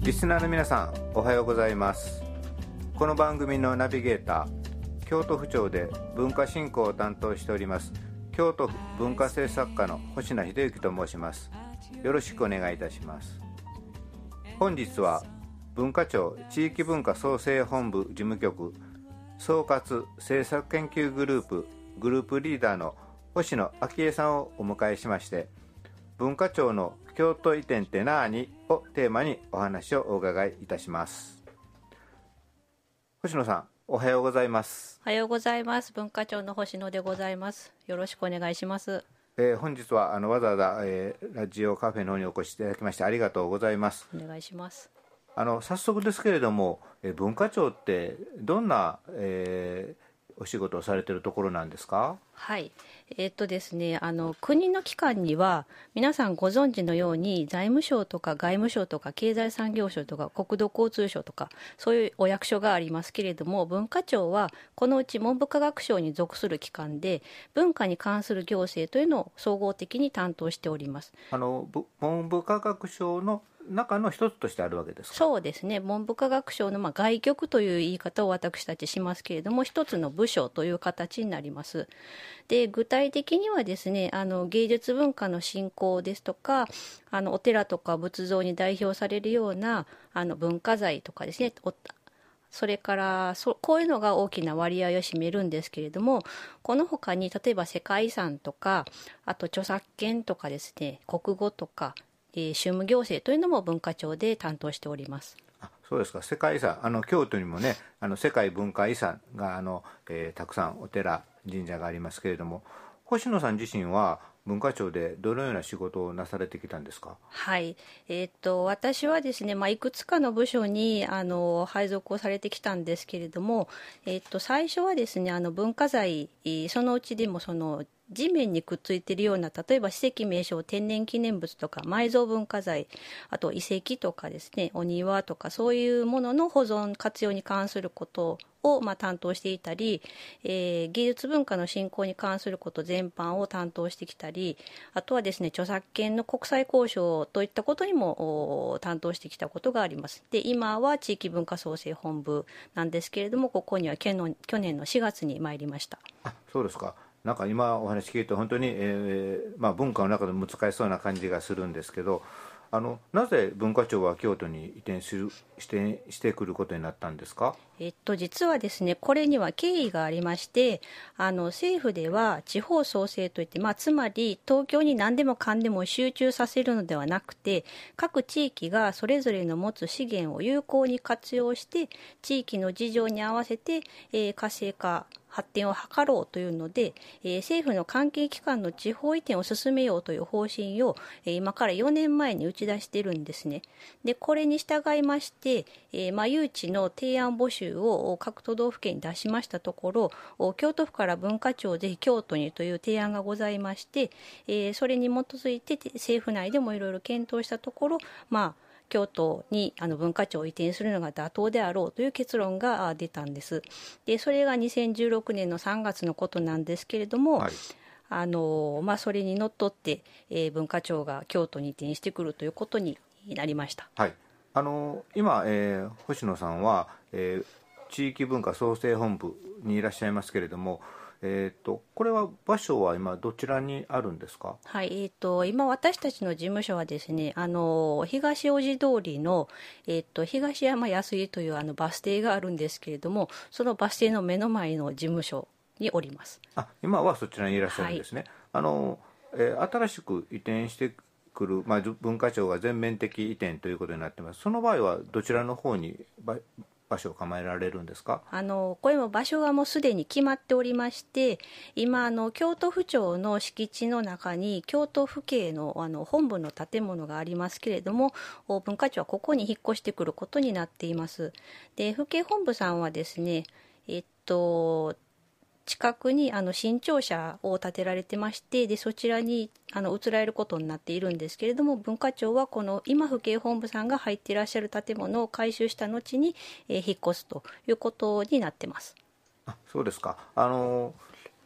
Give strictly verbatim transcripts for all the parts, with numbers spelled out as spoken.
リスナーの皆さん、おはようございます。この番組のナビゲーター、京都府庁で文化振興を担当しております京都府文化政策課の星名秀之と申します。よろしくお願いいたします。本日は文化庁地域文化創生本部事務局総括政策研究グループグループリーダーの星野昭恵さんをお迎えしまして、文化庁の京都移転ってなーにをテーマにお話をお伺いいたします。星野さん、おはようございます。 おはようございます。文化庁の星野でございます。よろしくお願いします。 えー、本日はあのわざわざ、えー、ラジオカフェの方にお越しいただきましてありがとうございます。 お願いします。 あの早速ですけれども、えー、文化庁ってどんな、えーお仕事をされているところなんですか？ はい、えーっとですね、あの国の機関には皆さんご存知のように財務省とか外務省とか経済産業省とか国土交通省とかそういうお役所がありますけれども、文化庁はこのうち文部科学省に属する機関で、文化に関する行政というのを総合的に担当しております。 あの文部科学省の中の一つとしてあるわけですか？ そうですね、文部科学省のまあ外局という言い方を私たちしますけれども、一つの部署という形になります。で、具体的にはですね、あの芸術文化の振興ですとか、あのお寺とか仏像に代表されるようなあの文化財とかですね、それからそこういうのが大きな割合を占めるんですけれども、この他に例えば世界遺産とか、あと著作権とかですね、国語とか宗務行政というのも文化庁で担当しております。 あ、そうですか。世界遺産、あの京都にもね、あの世界文化遺産があの、えー、たくさんお寺神社がありますけれども、星野さん自身は文化庁でどのような仕事をなされてきたんですか？ はい、えー、っと私はですね、まあ、いくつかの部署にあの配属をされてきたんですけれども、えー、っと最初はですね、あの文化財、そのうちでもその地面にくっついているような、例えば史跡名勝天然記念物とか埋蔵文化財、あと遺跡とかですね、お庭とかそういうものの保存活用に関することをまあ担当していたり、えー、芸術文化の振興に関すること全般を担当してきたり、あとはですね、著作権の国際交渉といったことにも担当してきたことがあります。で、今は地域文化創生本部なんですけれども、ここには去年去年のしがつに参りました。 あ、そうですか。なんか今お話聞いて本当に、えーまあ、文化の中で難しそうな感じがするんですけど、あのなぜ文化庁は京都に移転ししてしてくることになったんですか？ えっと、実はですね、これには経緯がありまして、あの政府では地方創生といって、まあ、つまり東京に何でもかんでも集中させるのではなくて、各地域がそれぞれの持つ資源を有効に活用して地域の事情に合わせて、えー、活性化発展を図ろうというので、えー、政府の関係機関の地方移転を進めようという方針を、えー、今からよねんまえに打ち出しているんですね。で、これに従いまして、えーまあ、誘致の提案募集を各都道府県に出しましたところ、京都府から文化庁ぜひ京都にという提案がございまして、えー、それに基づいて政府内でもいろいろ検討したところ、まあ京都にあの文化庁を移転するのが妥当であろうという結論が出たんです。で、それがにせんじゅうろくねんのさんがつのことなんですけれども、はい、あのまあ、それにのっとって、えー、文化庁が京都に移転してくるということになりました。 はい、あの今、えー、星野さんは、えー、地域文化創生本部にいらっしゃいますけれども、えー、とこれは場所は今どちらにあるんですか？ はい、えー、と今私たちの事務所はですね、あの東大路通りの、えー、と東山安井というあのバス停があるんですけれども、そのバス停の目の前の事務所におります。 あ、今はそちらにいらっしゃるんですね。はい、あのえー、新しく移転してくる、まあ、文化庁が全面的移転ということになっています。その場合はどちらの方に場所を構えられるんですか？ あのこれも場所がもうすでに決まっておりまして、今あの京都府庁の敷地の中に京都府警 の, あの本部の建物がありますけれども、文化庁はここに引っ越してくることになっています。で、府警本部さんはですね、えっと近くにあの新庁舎を建てられてまして、でそちらにあの移られることになっているんですけれども、文化庁はこの今府警本部さんが入っていらっしゃる建物を改修した後に、えー、引っ越すということになってます。 あ、そうですか。あの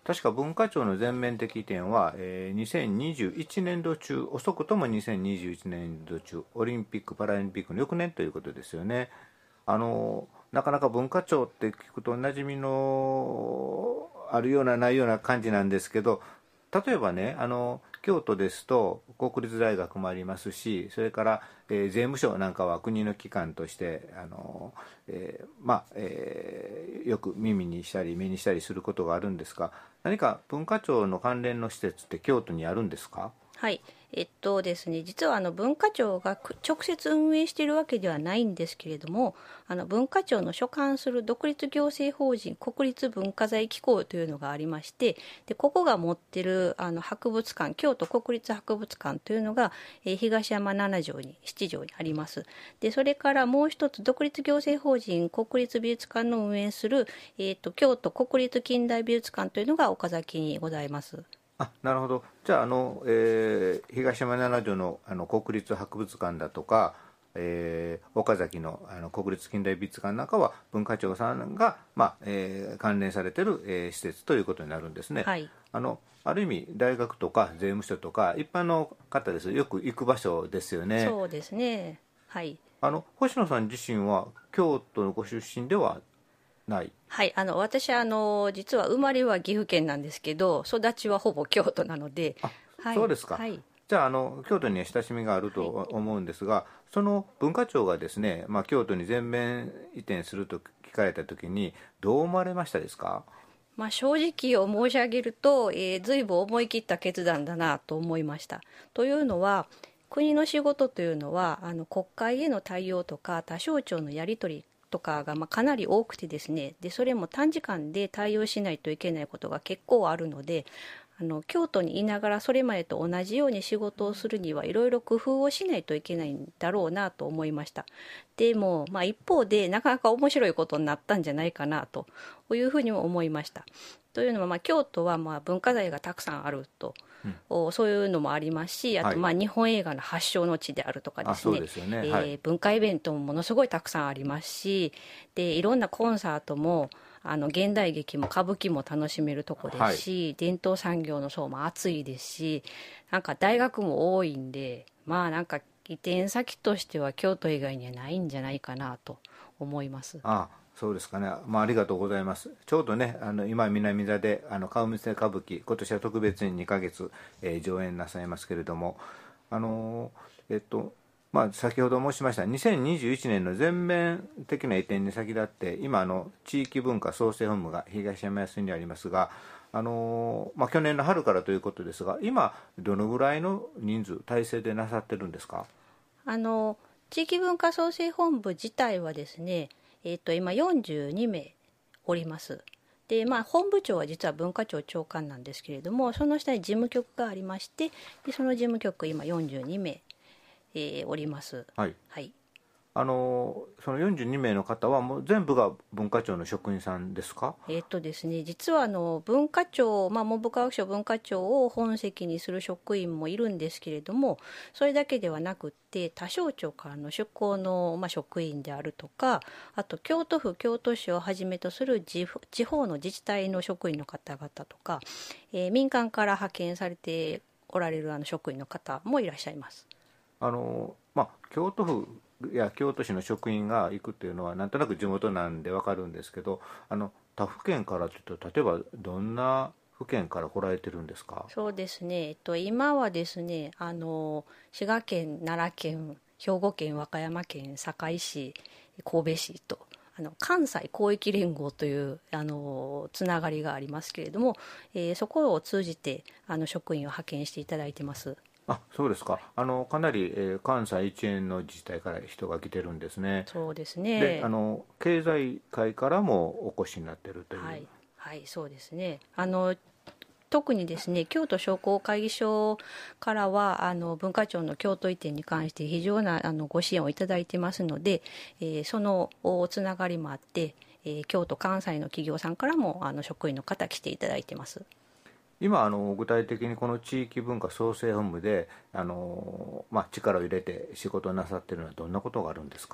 確か文化庁の全面的移転は、えー、にせんにじゅういちねんど中、遅くともにせんにじゅういちねんど中、オリンピック・パラリンピックの翌年ということですよね。あのなかなか文化庁って聞くと馴染みのあるようなないような感じなんですけど、例えばね、あの京都ですと国立大学もありますし、それから、えー、税務署なんかは国の機関としてあの、えーまあえー、よく耳にしたり目にしたりすることがあるんですが、何か文化庁の関連の施設って京都にあるんですか？ はい、えっとですね、実はあの文化庁が直接運営しているわけではないんですけれども、あの文化庁の所管する独立行政法人国立文化財機構というのがありまして、でここが持っているあの博物館、京都国立博物館というのが、えー、東山七条に七条にあります。でそれからもう一つ、独立行政法人国立美術館の運営する、えー、と京都国立近代美術館というのが岡崎にございます。 あ、なるほど。じゃあ、あの、えー東山七条の、あの国立博物館だとか、えー岡崎の、あの国立近代美術館なんかは文化庁さんが、まあえー関連されている、えー施設ということになるんですね。 はい、 あのある意味大学とか税務署とか一般の方ですよく行く場所ですよね。 そうですね。はい。 あの星野さん自身は京都のご出身ではない？ はい、あの私はあの実は生まれは岐阜県なんですけど、育ちはほぼ京都なので。 あ、 はい、 そうですか。 はい、 じゃあ、あの京都には親しみがあると思うんですが、その文化庁がですね、まあ、京都に全面移転すると聞かれたときにどう思われましたですか？ まあ、正直を申し上げると、えー、随分思い切った決断だなと思いました。というのは、国の仕事というのはあの国会への対応とか他省庁のやり取りとかがまあかなり多くてですね、でそれも短時間で対応しないといけないことが結構あるので、あの京都にいながらそれまでと同じように仕事をするにはいろいろ工夫をしないといけないんだろうなと思いました。でも、まあ、一方でなかなか面白いことになったんじゃないかなというふうにも思いました。というのは、まあ、京都はまあ文化財がたくさんあると、うん、そういうのもありますし、あとまあ日本映画の発祥の地であるとかですね、 はい、そうですよね、 えーはい、 文化イベントもものすごいたくさんありますし、でいろんなコンサートもあの現代劇も歌舞伎も楽しめるとこですし、はい、伝統産業の層も厚いですし、なんか大学も多いんで、まあなんか移転先としては京都以外にはないんじゃないかなと思います。 ああ、そうですかね、まあ、ありがとうございます。ちょうどね、あの今南座であの顔見世歌舞伎、今年は特別ににかげつ、えー、上演なさいますけれども、あのー、えっとまあ、先ほど申しましたにせんにじゅういちねんの全面的な移転に先立って、今あの地域文化創生本部が東山安にありますが、あのーまあ、去年の春からということですが、今どのぐらいの人数体制でなさってるんですか？ あの地域文化創生本部自体はですね、えー、と今よんじゅうにめいおります。でまあ、本部長は実は文化庁長官なんですけれども、その下に事務局がありまして、でその事務局今よんじゅうにめい、えー、おります。 はい、 はい、 あのそのよんじゅうにめいの方はもう全部が文化庁の職員さんですか？ えーとですね、実はあの文化庁、まあ、文部科学省文化庁を本籍にする職員もいるんですけれども、それだけではなくって他省庁からの出向の、まあ、職員であるとか、あと京都府京都市をはじめとする地方の自治体の職員の方々とか、えー、民間から派遣されておられるあの職員の方もいらっしゃいます。 あの、まあ、京都府や京都市の職員が行くっていうのはなんとなく地元なんで分かるんですけど、あの他府県からというと例えばどんな府県から来られてるんですか？ そうですね、えっと、今はですね、あの滋賀県、奈良県、兵庫県、和歌山県、堺市、神戸市とあの関西広域連合というあのつながりがありますけれども、えー、そこを通じてあの職員を派遣していただいてます。 あ、そうですか。あのかなり、えー関西一円の自治体から人が来てるんですね。 そうですで、 ね。 あの経済界からもお越しになってるという。 はい、はい、そうですね。あの特にですね、京都商工会議所からはあの文化庁の京都移転に関して非常なあのご支援をいただいてますので、えーそのおつながりもあって、えー京都関西の企業さんからもあの職員の方来ていただいてます。 今あの具体的にこの地域文化創生本部であの、まあ、力を入れて仕事をなさっているのはどんなことがあるんですか？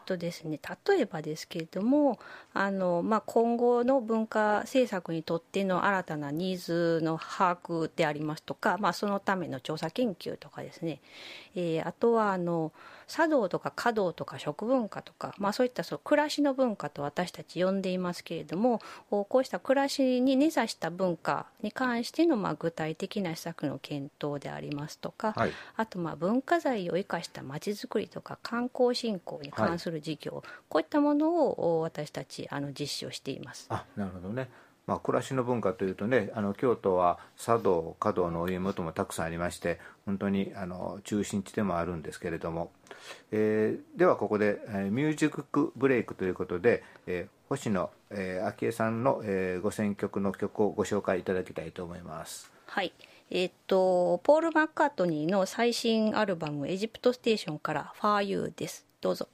とですね、例えばですけれどもあの、まあ、今後の文化政策にとっての新たなニーズの把握でありますとか、まあ、そのための調査研究とかですね、えー、あとはあの茶道とか華道とか食文化とか、まあ、そういったその暮らしの文化と私たち呼んでいますけれども、こうした暮らしに根ざした文化に関してのまあ具体的な施策の検討でありますとか、 はい、 あとまあ文化財を生かしたまちづくりとか観光振興に関する事業、はい、こういったものを私たちあの実施をしています。 あ、なるほどね。まあ、暮らしの文化というとね、あの京都は茶道華道のお家元もたくさんありまして、本当にあの中心地でもあるんですけれども、えー、ではここで、えー、ミュージックブレイクということで、えー、星野、えー、昭恵さんの、えー、ご選曲の曲をご紹介いただきたいと思います。 はい、えー、っとポール・マッカートニーの最新アルバム「エジプトステーション」から「ファー・ユー」です。どうぞ。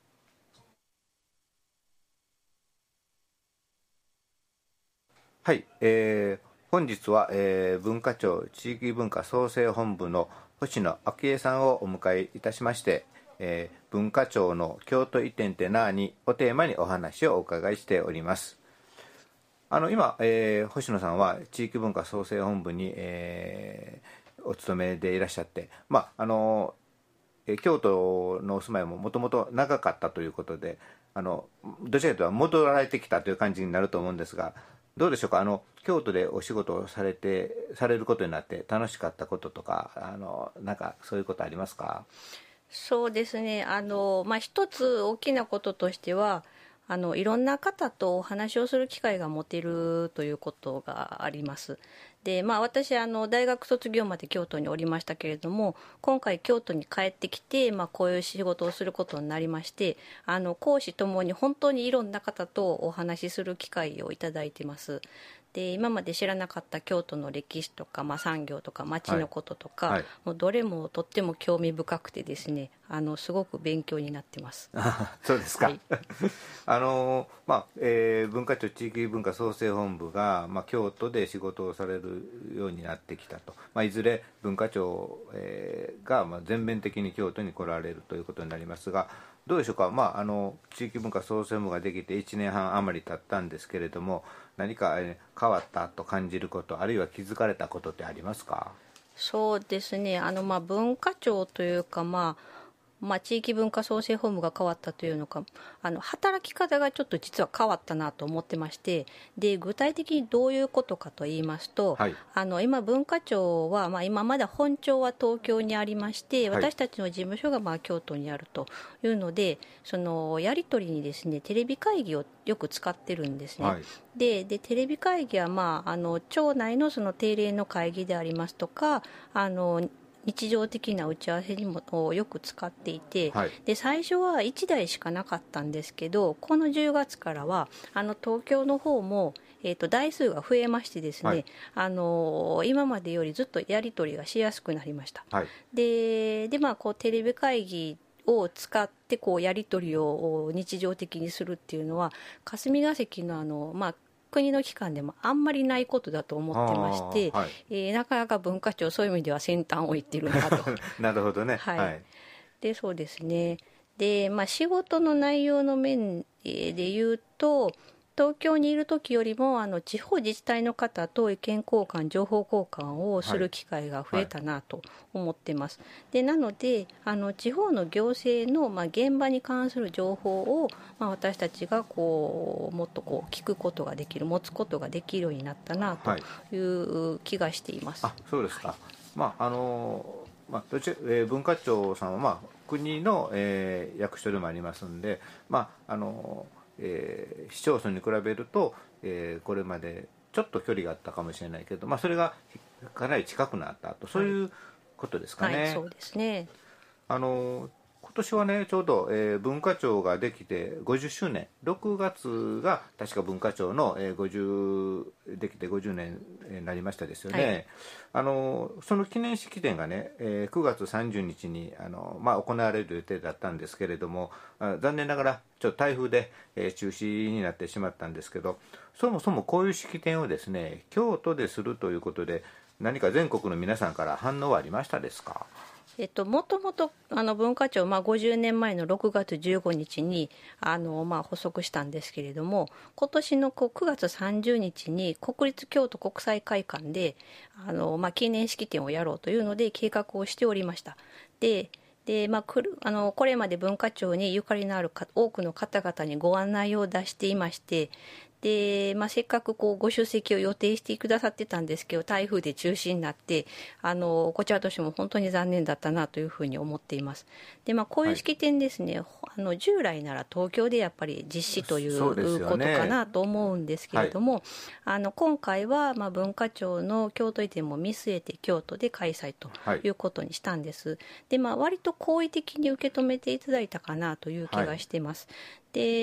はい、えー、本日は、えー、文化庁地域文化創生本部の星野昭恵さんをお迎えいたしまして、えー、文化庁の京都移転ってなーにをテーマにお話をお伺いしております。あの今、えー、星野さんは地域文化創生本部に、えー、お勤めでいらっしゃって、まああの京都のお住まいももともと長かったということで、あのどちらかというと戻られてきたという感じになると思うんですが、どうでしょうか。あの京都でお仕事をされてされることになって楽しかったこととか、あのなんかそういうことありますか？ そうですね、あの、まあ、一つ大きなこととしてはあのいろんな方とお話をする機会が持てるということがあります。で、まあ、私あの大学卒業まで京都におりましたけれども、今回京都に帰ってきて、まあ、こういう仕事をすることになりまして、あの講師ともに本当にいろんな方とお話しする機会をいただいています。で、今まで知らなかった京都の歴史とか、まあ、産業とか町のこととか、はいはい、もうどれもとっても興味深くてですね、あのすごく勉強になってます。 そうですか、はい、あのまあえー、文化庁地域文化創生本部が、まあ、京都で仕事をされるようになってきたと、まあ、いずれ文化庁、えー、が、まあ、全面的に京都に来られるということになりますが、どうでしょうか。まあ、あの地域文化創生本部ができていちねんはん余り経ったんですけれども、何か変わったと感じること、あるいは気づかれたことってありますか？ そうですね、あのまあ文化庁というか、まあまあ、地域文化創生本部が変わったというのか、あの働き方がちょっと実は変わったなと思ってまして、で具体的にどういうことかと言いますと、はい、あの今文化庁は、まあ、今まだ本庁は東京にありまして、私たちの事務所がまあ京都にあるというので、そのやり取りにですねテレビ会議をよく使ってるんですね。はい、で, でテレビ会議は、まあ、あの庁内のその定例の会議でありますとか、あの日常的な打ち合わせにもよく使っていて、はい、で最初はいちだいしかなかったんですけど、このじゅうがつからはあの東京の方も、えー、と台数が増えましてですね、はい、あの今までよりずっとやり取りがしやすくなりました。はい、でで、まあ、こうテレビ会議を使ってこうやり取りを日常的にするっていうのは、霞が関のあの、まあ国の機関でもあんまりないことだと思ってまして、はい、えー、なかなか文化庁そういう意味では先端を行ってるなとなるほどね、 はいはい、でそうですね。で、まあ、仕事の内容の面で言うと、東京にいる時よりもあの地方自治体の方と意見交換情報交換をする機会が増えたなと思ってます。はいはい、でなのであの地方の行政の、まあ、現場に関する情報を、まあ、私たちがこうもっとこう聞くことができる、持つことができるようになったなという気がしています。 はい、あ、そうですか。はい、まああのまあ、どちえー、文化庁さんは、まあ、国の、えー、役所でもありますんで、まああのえー、市町村に比べると、えー、これまでちょっと距離があったかもしれないけど、まあ、それがかなり近くなったと、そういうことですかね。 はいはい、そうですね。 あの今年はねちょうど、えー、文化庁ができてごじゅっしゅうねん、ろくがつが確か文化庁の、えー、ごじゅうできてごじゅうねんになりましたですよね。はい、あのその記念式典がね、えー、くがつさんじゅうにちにあの、まあ、行われる予定だったんですけれども、残念ながらちょっと台風で、えー、中止になってしまったんですけど、そもそもこういう式典をですね京都でするということで、 何か全国の皆さんから反応はありましたですか？ えっと、もともとあの文化庁、まあ、ごじゅうねんまえのろくがつじゅうごにちにあの、まあ、発足したんですけれども、今年のこうくがつさんじゅうにちに国立京都国際会館であの、まあ、記念式典をやろうというので計画をしておりました。でで、まあ、くるあのこれまで文化庁にゆかりのあるか多くの方々にご案内を出していまして、で、まあ、せっかくこうご出席を予定してくださってたんですけど、台風で中止になって、あのこちらとしても本当に残念だったなというふうに思っています。で、まあ、こういう式典ですね、はい、あの従来なら東京でやっぱり実施ということかなと思うんですけれども、はい、あの今回はまあ文化庁の京都移転も見据えて京都で開催ということにしたんです。はい、で、まあ、割と好意的に受け止めていただいたかなという気がしています。はい、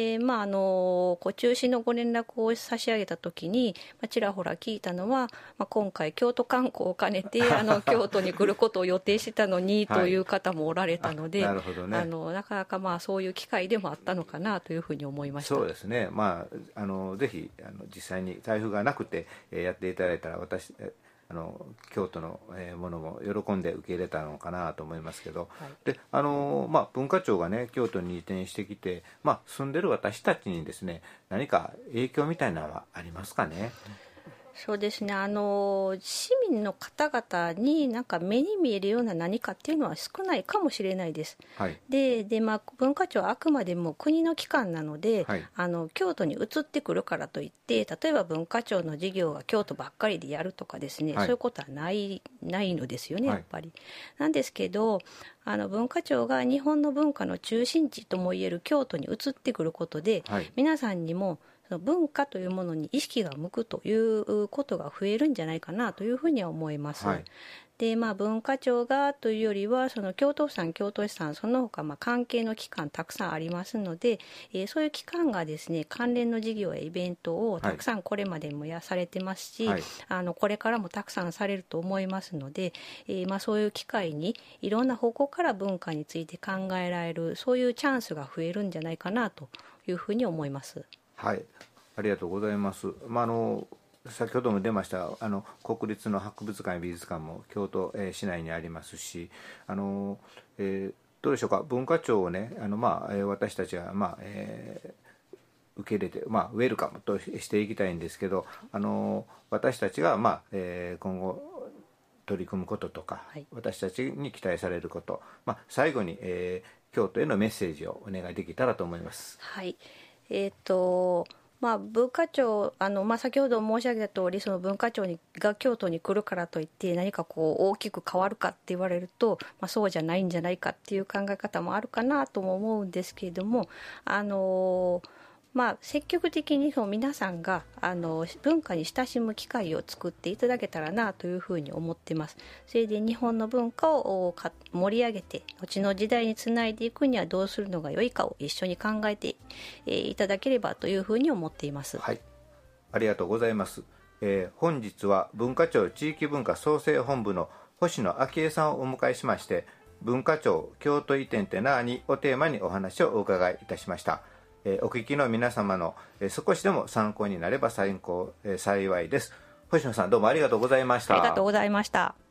で、まあ、あのこう中止のご連絡を差し上げたときに、まあ、ちらほら聞いたのは、まあ、今回京都観光を兼ねてあの京都に来ることを予定してたのにという方もおられたので、はい、なるほどね、あのなかなかまあそういう機会でもあったのかなというふうに思いました。 そうですね、まあ、あのぜひあの実際に台風がなくて、えー、やっていただいたら私あの京都の、えー、ものも喜んで受け入れたのかなと思いますけど、はい、であのまあ、文化庁がね京都に移転してきて、まあ、住んでる私たちにですね何か影響みたいなのはありますかね？ そうですね、あの市民の方々になんか目に見えるような何かっていうのは少ないかもしれないです。はい、でで、まあ、文化庁はあくまでも国の機関なので、はい、あの京都に移ってくるからといって例えば文化庁の事業が京都ばっかりでやるとかですね、はい、そういうことはないないのですよね、やっぱり。はい、なんですけどあの文化庁が日本の文化の中心地ともいえる京都に移ってくることで、はい、皆さんにも文化というものに意識が向くということが増えるんじゃないかなというふうには思います。はい、で、まあ、文化庁がというよりはその京都府さん京都市さんその他まあ関係の機関たくさんありますので、えー、そういう機関がですね関連の事業やイベントをたくさんこれまでもやされてますし、はい、あのこれからもたくさんされると思いますので、えーまあ、そういう機会にいろんな方向から文化について考えられるそういうチャンスが増えるんじゃないかなというふうに思います。 はい、ありがとうございます。まあ、あの先ほども出ましたあの国立の博物館美術館も京都、えー、市内にありますし、あの、えー、どうでしょうか、文化庁をねあの、まあ、私たちは、まあえー、受け入れて、まあ、ウェルカムとしていきたいんですけど、あの私たちが、まあえー、今後取り組むこととか、はい、私たちに期待されること、まあ、最後に、えー、京都へのメッセージをお願いできたらと思います。 はい、えーとまあ、文化庁あの、まあ、先ほど申し上げた通りその文化庁にが京都に来るからといって何かこう大きく変わるかって言われると、まあ、そうじゃないんじゃないかっていう考え方もあるかなとも思うんですけれども、あのーまあ、積極的にその皆さんがあの文化に親しむ機会を作っていただけたらなというふうに思っています。それで日本の文化を盛り上げて後の時代につないでいくにはどうするのが良いかを一緒に考えていただければというふうに思っています。 はい、ありがとうございます。えー、本日は文化庁地域文化創生本部の星野昭恵さんをお迎えしまして、文化庁京都移転ってなーにをテーマにお話をお伺いいたしました。えー、お聞きの皆様の、えー、少しでも参考になれば参考、えー、幸いです。星野さんどうもありがとうございました。 ありがとうございました。